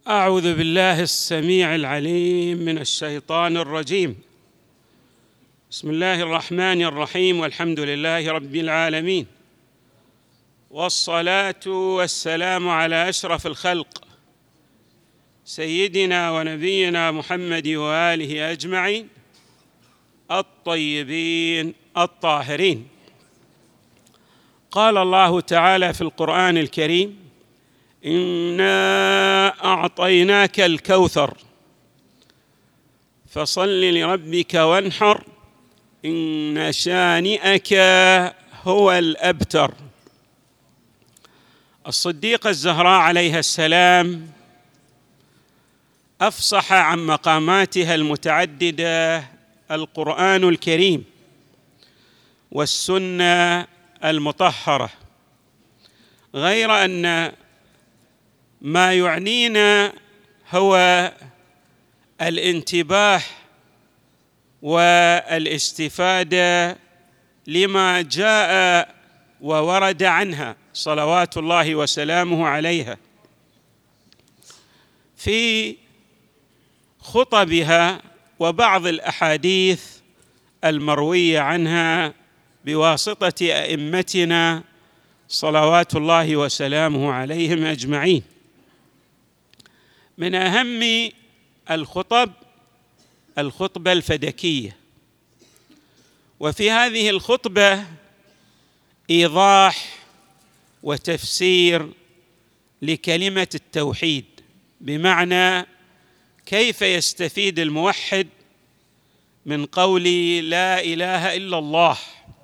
أعوذ بالله السميع العليم من الشيطان الرجيم. بسم الله الرحمن الرحيم، والحمد لله رب العالمين، والصلاة والسلام على أشرف الخلق سيدنا ونبينا محمد وآله أجمعين الطيبين الطاهرين. قال الله تعالى في القرآن الكريم: إنا أعطيناك الكوثر فصل لربك وانحر إن شانئك هو الأبتر. الصديقة الزهراء عليها السلام أفصح عن مقاماتها المتعددة القرآن الكريم والسنة المطهرة، غير أن ما يعنينا هو الانتباه والاستفادة لما جاء وورد عنها صلوات الله وسلامه عليها في خطبها وبعض الأحاديث المروية عنها بواسطة أئمتنا صلوات الله وسلامه عليهم أجمعين. من أهم الخطبة الفدكية، وفي هذه الخطبة إيضاح وتفسير لكلمة التوحيد، بمعنى كيف يستفيد الموحد من قول لا إله إلا الله.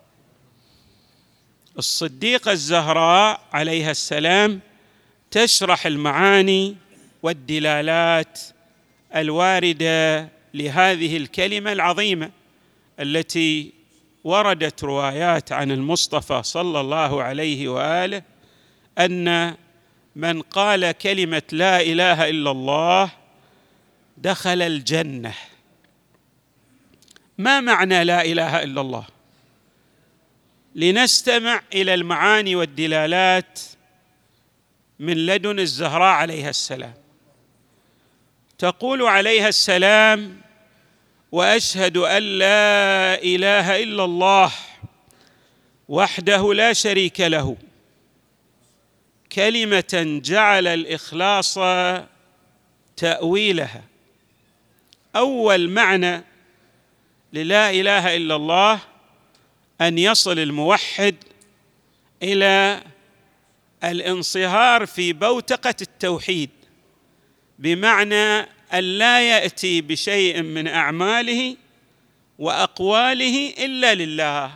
الصديقة الزهراء عليها السلام تشرح المعاني والدلالات الواردة لهذه الكلمة العظيمة التي وردت روايات عن المصطفى صلى الله عليه وآله أن من قال كلمة لا إله إلا الله دخل الجنة. ما معنى لا إله إلا الله؟ لنستمع إلى المعاني والدلالات من لدن الزهراء عليها السلام. تقول عليها السلام: وأشهد أن لا إله إلا الله وحده لا شريك له، كلمة جعل الإخلاص تأويلها. أول معنى للا إله إلا الله أن يصل الموحد إلى الانصهار في بوتقة التوحيد، بمعنى أن لا يأتي بشيء من أعماله وأقواله إلا لله.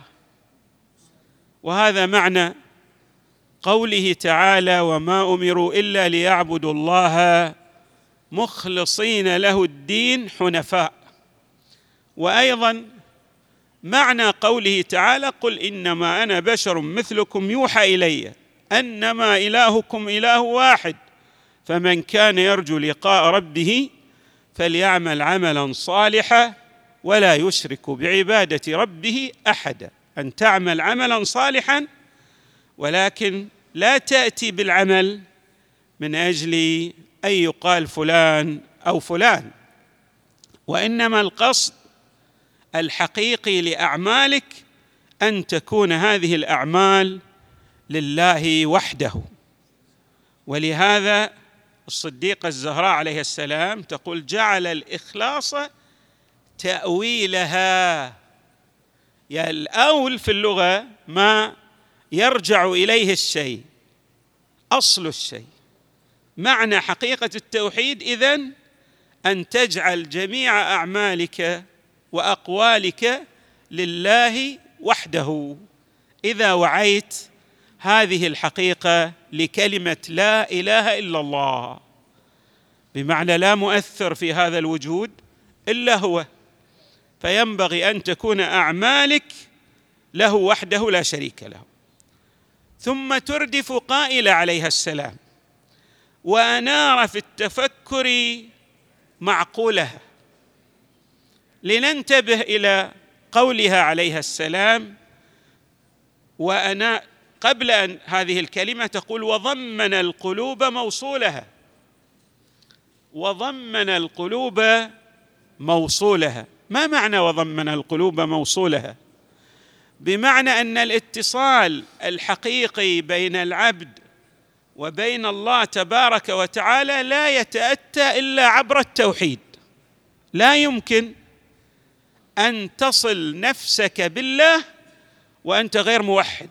وهذا معنى قوله تعالى: وما أمروا إلا ليعبدوا الله مخلصين له الدين حنفاء. وأيضا معنى قوله تعالى: قل إنما أنا بشر مثلكم يوحى إلي أنما إلهكم إله واحد فمن كان يرجو لقاء ربه فليعمل عملا صالحا ولا يشرك بعبادة ربه أحدا. أن تعمل عملا صالحا، ولكن لا تأتي بالعمل من أجل أن يقال فلان أو فلان، وإنما القصد الحقيقي لأعمالك أن تكون هذه الأعمال لله وحده. ولهذا الصديقة الزهراء عليه السلام تقول: جعل الإخلاص تأويلها. يعني الأول في اللغة ما يرجع إليه الشيء، أصل الشيء. معنى حقيقة التوحيد إذن أن تجعل جميع أعمالك وأقوالك لله وحده. إذا وعيت هذه الحقيقة لكلمة لا إله إلا الله، بمعنى لا مؤثر في هذا الوجود إلا هو، فينبغي أن تكون أعمالك له وحده لا شريك له. ثم تردف قائلة عليها السلام وأنار في التفكر معقولها. لننتبه إلى قولها عليها السلام: وأنا قبل أن هذه الكلمة تقول: وضمن القلوب موصولها. وضمن القلوب موصولها. ما معنى وضمن القلوب موصولها؟ بمعنى أن الاتصال الحقيقي بين العبد وبين الله تبارك وتعالى لا يتأتى إلا عبر التوحيد. لا يمكن أن تصل نفسك بالله وأنت غير موحد.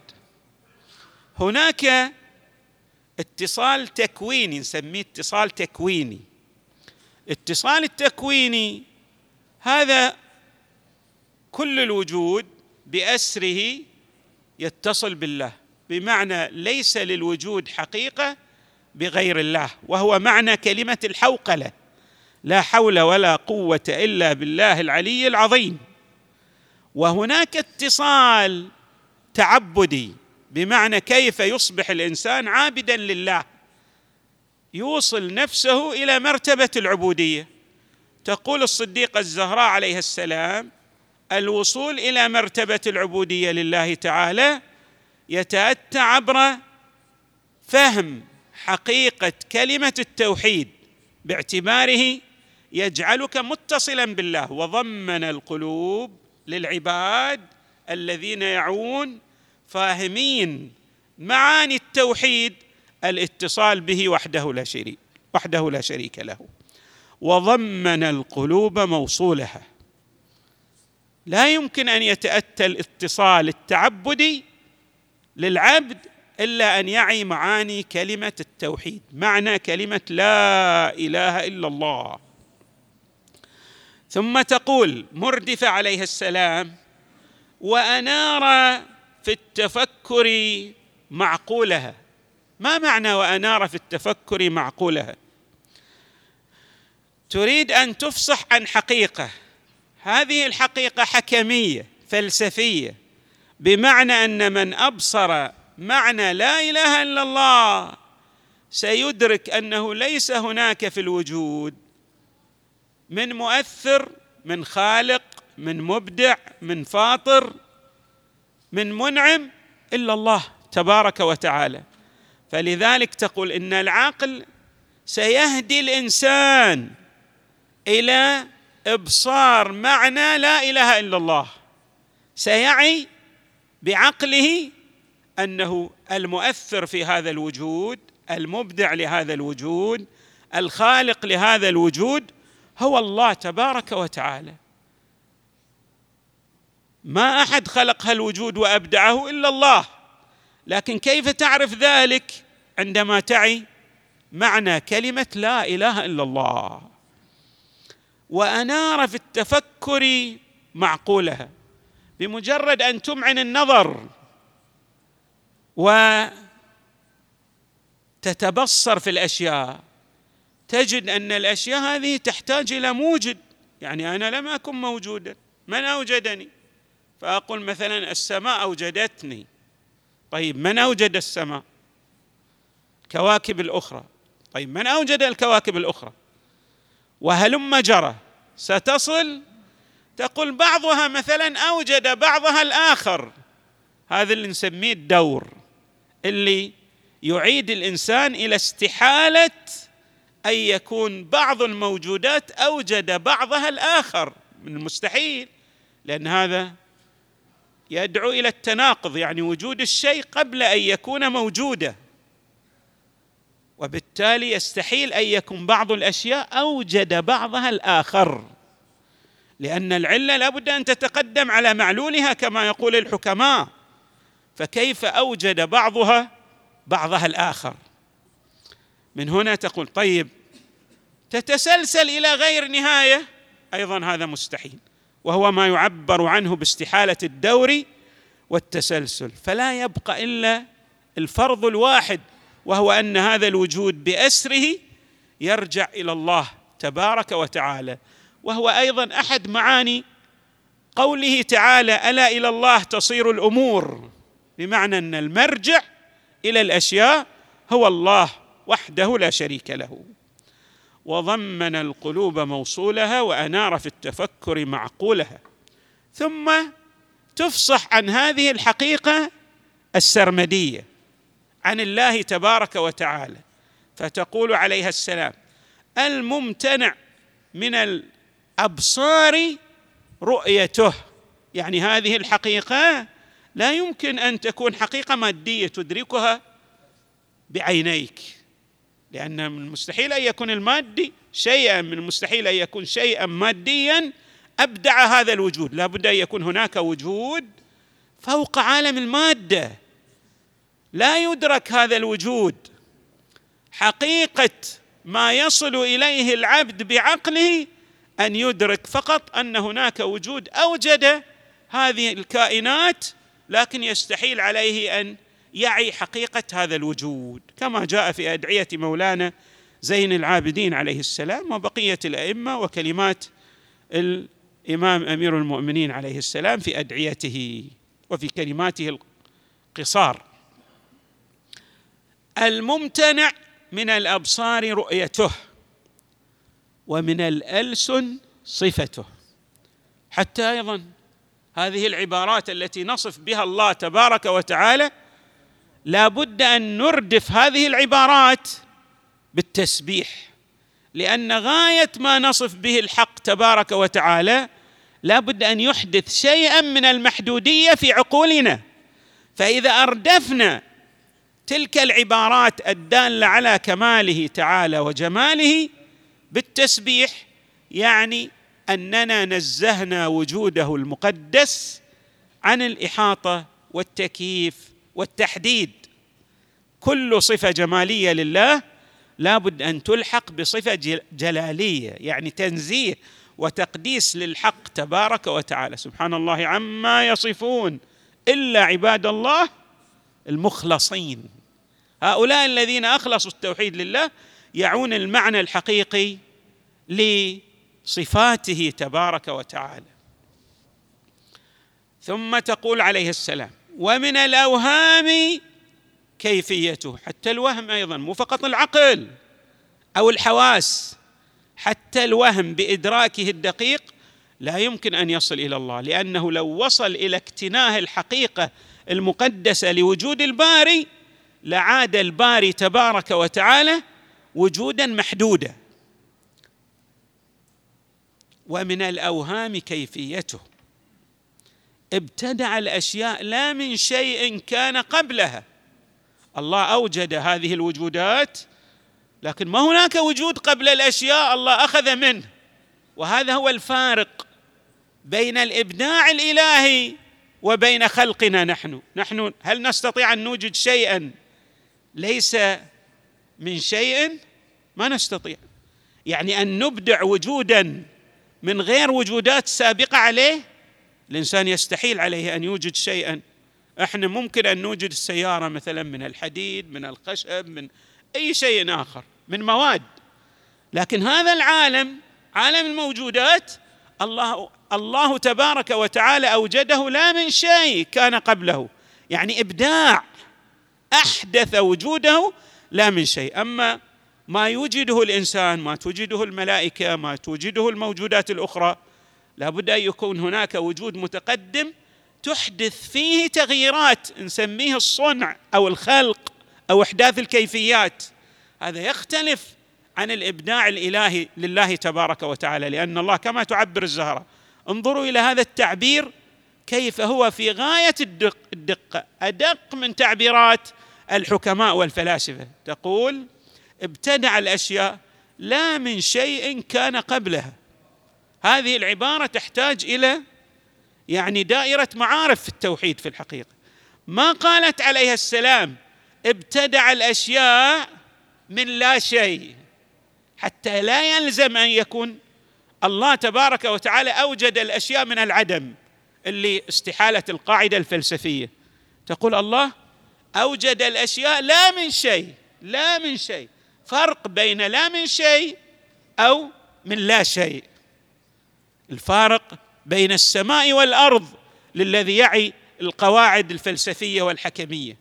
هناك اتصال تكويني نسميه اتصال تكويني. اتصال التكويني هذا كل الوجود بأسره يتصل بالله، بمعنى ليس للوجود حقيقة بغير الله، وهو معنى كلمة الحوقلة: لا حول ولا قوة إلا بالله العلي العظيم. وهناك اتصال تعبدي، بمعنى كيف يصبح الإنسان عابداً لله، يوصل نفسه إلى مرتبة العبودية. تقول الصديقة الزهراء عليها السلام: الوصول إلى مرتبة العبودية لله تعالى يتأتى عبر فهم حقيقة كلمة التوحيد، باعتباره يجعلك متصلاً بالله. وضمن القلوب للعباد الذين يعون فاهمين معاني التوحيد الاتصال به وحده لا شريك له. وضمن القلوب موصولها. لا يمكن أن يتأتى الاتصال التعبدي للعبد إلا أن يعي معاني كلمة التوحيد، معنى كلمة لا إله إلا الله. ثم تقول مردفة عليه السلام: وأنار في التفكر معقولها. ما معنى وأنار في التفكر معقولها؟ تريد أن تفصح عن حقيقة، هذه الحقيقة حكمية فلسفية، بمعنى أن من أبصر معنى لا إله إلا الله سيدرك أنه ليس هناك في الوجود من مؤثر، من خالق، من مبدع، من فاطر، من منعم إلا الله تبارك وتعالى. فلذلك تقول إن العقل سيهدي الإنسان إلى إبصار معنى لا إله إلا الله، سيعي بعقله أنه المؤثر في هذا الوجود، المبدع لهذا الوجود، الخالق لهذا الوجود هو الله تبارك وتعالى. ما أحد خلق هالوجود وأبدعه إلا الله، لكن كيف تعرف ذلك؟ عندما تعي معنى كلمة لا إله إلا الله. وأنار في التفكر معقولها، بمجرد أن تمعن النظر وتتبصر في الأشياء تجد أن الأشياء هذه تحتاج إلى موجد. يعني أنا لم أكن موجودا، من أوجدني؟ فأقول مثلا السماء أوجدتني. طيب من أوجد السماء؟ الكواكب الأخرى. طيب من أوجد الكواكب الأخرى؟ وهلم جرى ستصل تقول بعضها مثلا أوجد بعضها الآخر. هذا اللي نسميه الدور، اللي يعيد الإنسان إلى استحالة أن يكون بعض الموجودات أوجد بعضها الآخر، من المستحيل، لأن هذا يدعو إلى التناقض، يعني وجود الشيء قبل أن يكون موجودا، وبالتالي يستحيل أن يكون بعض الأشياء أوجد بعضها الآخر، لأن العلة لابد أن تتقدم على معلولها كما يقول الحكماء، فكيف أوجد بعضها الآخر؟ من هنا تقول طيب تتسلسل إلى غير نهاية، أيضا هذا مستحيل، وهو ما يعبر عنه باستحالة الدور والتسلسل. فلا يبقى إلا الفرض الواحد، وهو أن هذا الوجود بأسره يرجع إلى الله تبارك وتعالى، وهو أيضا أحد معاني قوله تعالى: ألا إلى الله تصير الأمور، بمعنى أن المرجع إلى الأشياء هو الله وحده لا شريك له. وضمن القلوب موصولها وأنار في التفكر معقولها. ثم تفصح عن هذه الحقيقة السرمدية عن الله تبارك وتعالى، فتقول عليها السلام: الممتنع من الأبصار رؤيته، يعني هذه الحقيقة لا يمكن أن تكون حقيقة مادية تدركها بعينيك، لأن من المستحيل أن يكون المادي شيئا، من المستحيل أن يكون شيئا ماديا أبدع هذا الوجود، لا بد أن يكون هناك وجود فوق عالم المادة لا يدرك هذا الوجود. حقيقة ما يصل إليه العبد بعقله أن يدرك فقط أن هناك وجود أوجد هذه الكائنات، لكن يستحيل عليه أن يعي حقيقة هذا الوجود، كما جاء في أدعية مولانا زين العابدين عليه السلام وبقية الأئمة وكلمات الإمام أمير المؤمنين عليه السلام في أدعيته وفي كلماته القصار. الممتنع من الأبصار رؤيته، ومن الألسن صفته. حتى أيضا هذه العبارات التي نصف بها الله تبارك وتعالى لا بد أن نردف هذه العبارات بالتسبيح، لأن غاية ما نصف به الحق تبارك وتعالى لا بد أن يحدث شيئا من المحدودية في عقولنا. فإذا أردفنا تلك العبارات الدالة على كماله تعالى وجماله بالتسبيح، يعني أننا نزهنا وجوده المقدس عن الإحاطة والتكييف والتحديد. كل صفة جمالية لله لا بد أن تلحق بصفة جلالية، يعني تنزيه وتقديس للحق تبارك وتعالى. سبحان الله عما يصفون إلا عباد الله المخلصين. هؤلاء الذين أخلصوا التوحيد لله يعون المعنى الحقيقي لصفاته تبارك وتعالى. ثم تقول عليه السلام: ومن الأوهام كيفيته. حتى الوهم أيضا، مو فقط العقل أو الحواس، حتى الوهم بإدراكه الدقيق لا يمكن أن يصل إلى الله، لأنه لو وصل إلى اكتناه الحقيقة المقدسة لوجود الباري لعاد الباري تبارك وتعالى وجودا محدودا. ومن الأوهام كيفيته، ابتدع الأشياء لا من شيء كان قبلها. الله أوجد هذه الوجودات، لكن ما هناك وجود قبل الأشياء الله أخذ منه. وهذا هو الفارق بين الإبداع الإلهي وبين خلقنا. نحن هل نستطيع أن نوجد شيئا ليس من شيء؟ ما نستطيع. يعني أن نبدع وجودا من غير وجودات سابقة عليه، الإنسان يستحيل عليه أن يوجد شيئا. احنا ممكن أن نوجد السيارة مثلا من الحديد، من الخشب، من أي شيء آخر، من مواد، لكن هذا العالم، عالم الموجودات، الله تبارك وتعالى أوجده لا من شيء كان قبله، يعني إبداع، أحدث وجوده لا من شيء. أما ما يوجده الإنسان، ما توجده الملائكة، ما توجده الموجودات الأخرى، لا بد أن يكون هناك وجود متقدم تحدث فيه تغييرات نسميه الصنع أو الخلق أو إحداث الكيفيات. هذا يختلف عن الإبداع الإلهي لله تبارك وتعالى، لأن الله كما تعبر الزهرة، انظروا إلى هذا التعبير كيف هو في غاية الدقة، أدق من تعبيرات الحكماء والفلاسفة. تقول: ابتدع الأشياء لا من شيء كان قبلها. هذه العبارة تحتاج إلى يعني دائرة معارف في التوحيد في الحقيقة. ما قالت عليه السلام ابتدع الأشياء من لا شيء، حتى لا يلزم أن يكون الله تبارك وتعالى أوجد الأشياء من العدم، اللي استحالة القاعدة الفلسفية. تقول الله أوجد الأشياء لا من شيء. لا من شيء، فرق بين لا من شيء أو من لا شيء. الفارق بين السماء والأرض للذي يعي القواعد الفلسفية والحكمية.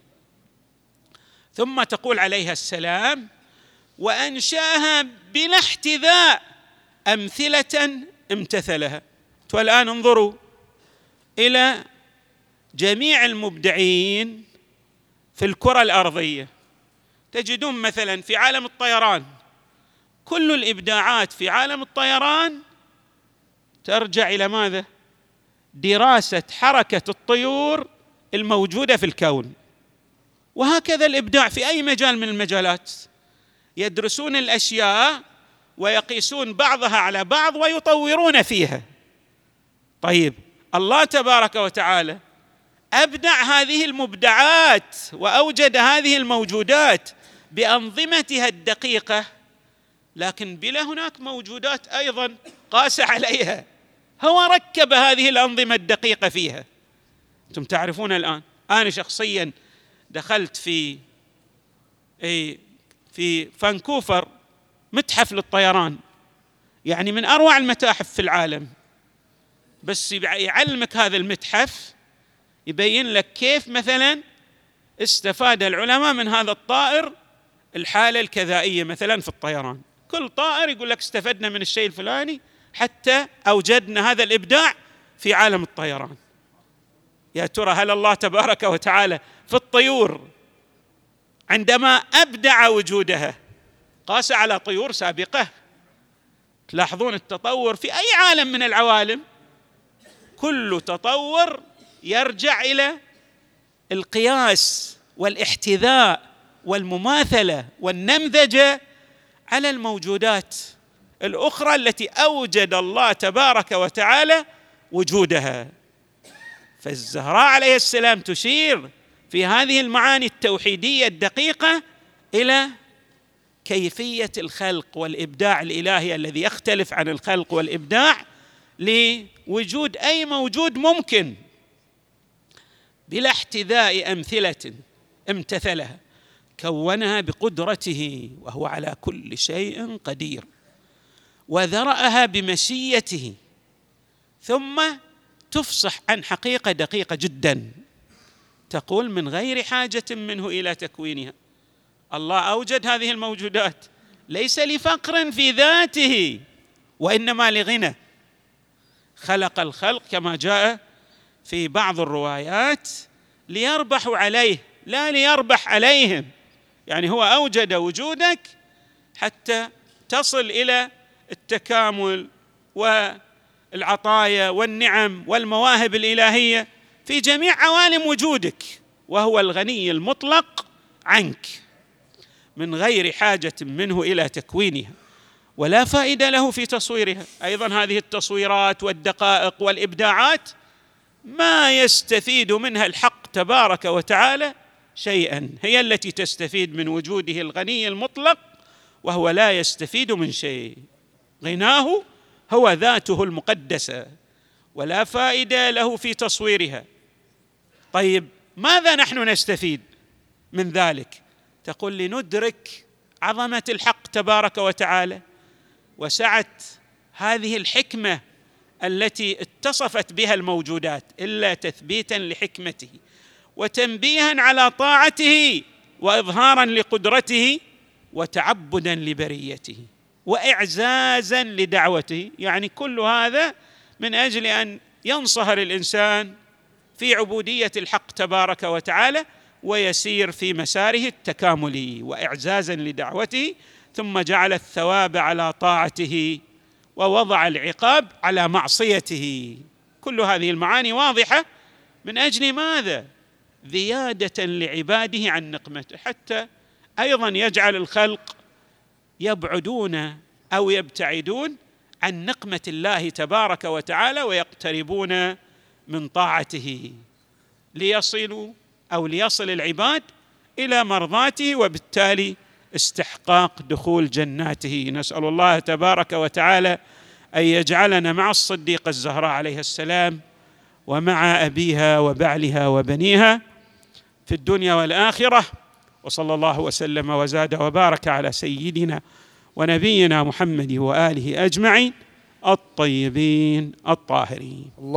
ثم تقول عليها السلام: وأنشاها بلا احتذاء أمثلة امتثلها. والآن انظروا إلى جميع المبدعين في الكرة الأرضية، تجدون مثلا في عالم الطيران كل الإبداعات في عالم الطيران ترجع إلى ماذا؟ دراسة حركة الطيور الموجودة في الكون. وهكذا الإبداع في أي مجال من المجالات، يدرسون الأشياء ويقيسون بعضها على بعض ويطورون فيها. طيب، الله تبارك وتعالى أبدع هذه المبدعات وأوجد هذه الموجودات بأنظمتها الدقيقة، لكن بلا هناك موجودات أيضا قاس عليها، هو ركب هذه الأنظمة الدقيقة فيها. أنتم تعرفون الآن، أنا شخصيا دخلت في فانكوفر متحف للطيران، يعني من أروع المتاحف في العالم، بس يعلمك هذا المتحف، يبين لك كيف مثلا استفاد العلماء من هذا الطائر الحالة الكذائية مثلا في الطيران. كل طائر يقول لك استفدنا من الشيء الفلاني حتى أوجدنا هذا الإبداع في عالم الطيران. يا ترى هل الله تبارك وتعالى في الطيور عندما أبدع وجودها قاس على طيور سابقة؟ تلاحظون التطور في أي عالم من العوالم، كل تطور يرجع إلى القياس والاحتذاء والمماثلة والنمذجة على الموجودات الأخرى التي أوجد الله تبارك وتعالى وجودها. فالزهراء عليه السلام تشير في هذه المعاني التوحيدية الدقيقة إلى كيفية الخلق والإبداع الإلهي الذي يختلف عن الخلق والإبداع لوجود أي موجود ممكن بلا احتذاء أمثلة امتثلها، كونها بقدرته وهو على كل شيء قدير، وذرأها بمشيته، ثم تفصح عن حقيقة دقيقة جدا تقول من غير حاجة منه إلى تكوينها. الله أوجد هذه الموجودات ليس لفقر في ذاته وإنما لغنى، خلق الخلق كما جاء في بعض الروايات ليربحوا عليه لا ليربح عليهم، يعني هو أوجد وجودك حتى تصل إلى التكامل والعطايا والنعم والمواهب الإلهية في جميع عوالم وجودك، وهو الغني المطلق عنك من غير حاجة منه إلى تكوينها، ولا فائدة له في تصويرها. أيضا هذه التصويرات والدقائق والإبداعات ما يستفيد منها الحق تبارك وتعالى شيئا، هي التي تستفيد من وجوده الغني المطلق، وهو لا يستفيد من شيء. غناه هو ذاته المقدسة، ولا فائدة له في تصويرها. طيب، ماذا نحن نستفيد من ذلك؟ تقول لندرك عظمة الحق تبارك وتعالى وسعة هذه الحكمة التي اتصفت بها الموجودات، إلا تثبيتا لحكمته وتنبيها على طاعته وإظهارا لقدرته وتعبدا لبريته وإعزازا لدعوته. يعني كل هذا من أجل أن ينصهر الإنسان في عبودية الحق تبارك وتعالى ويسير في مساره التكاملي، وإعزازا لدعوته، ثم جعل الثواب على طاعته ووضع العقاب على معصيته. كل هذه المعاني واضحة من أجل ماذا؟ زيادة لعباده عن نقمته، حتى أيضا يجعل الخلق يبعدون أو يبتعدون عن نقمة الله تبارك وتعالى ويقتربون من طاعته ليصل العباد إلى مرضاته وبالتالي استحقاق دخول جناته. نسأل الله تبارك وتعالى أن يجعلنا مع الصديقة الزهراء عليه السلام ومع أبيها وبعلها وبنيها في الدنيا والآخرة، وصلى الله وسلم وزاد وبارك على سيدنا ونبينا محمد وآله أجمعين الطيبين الطاهرين.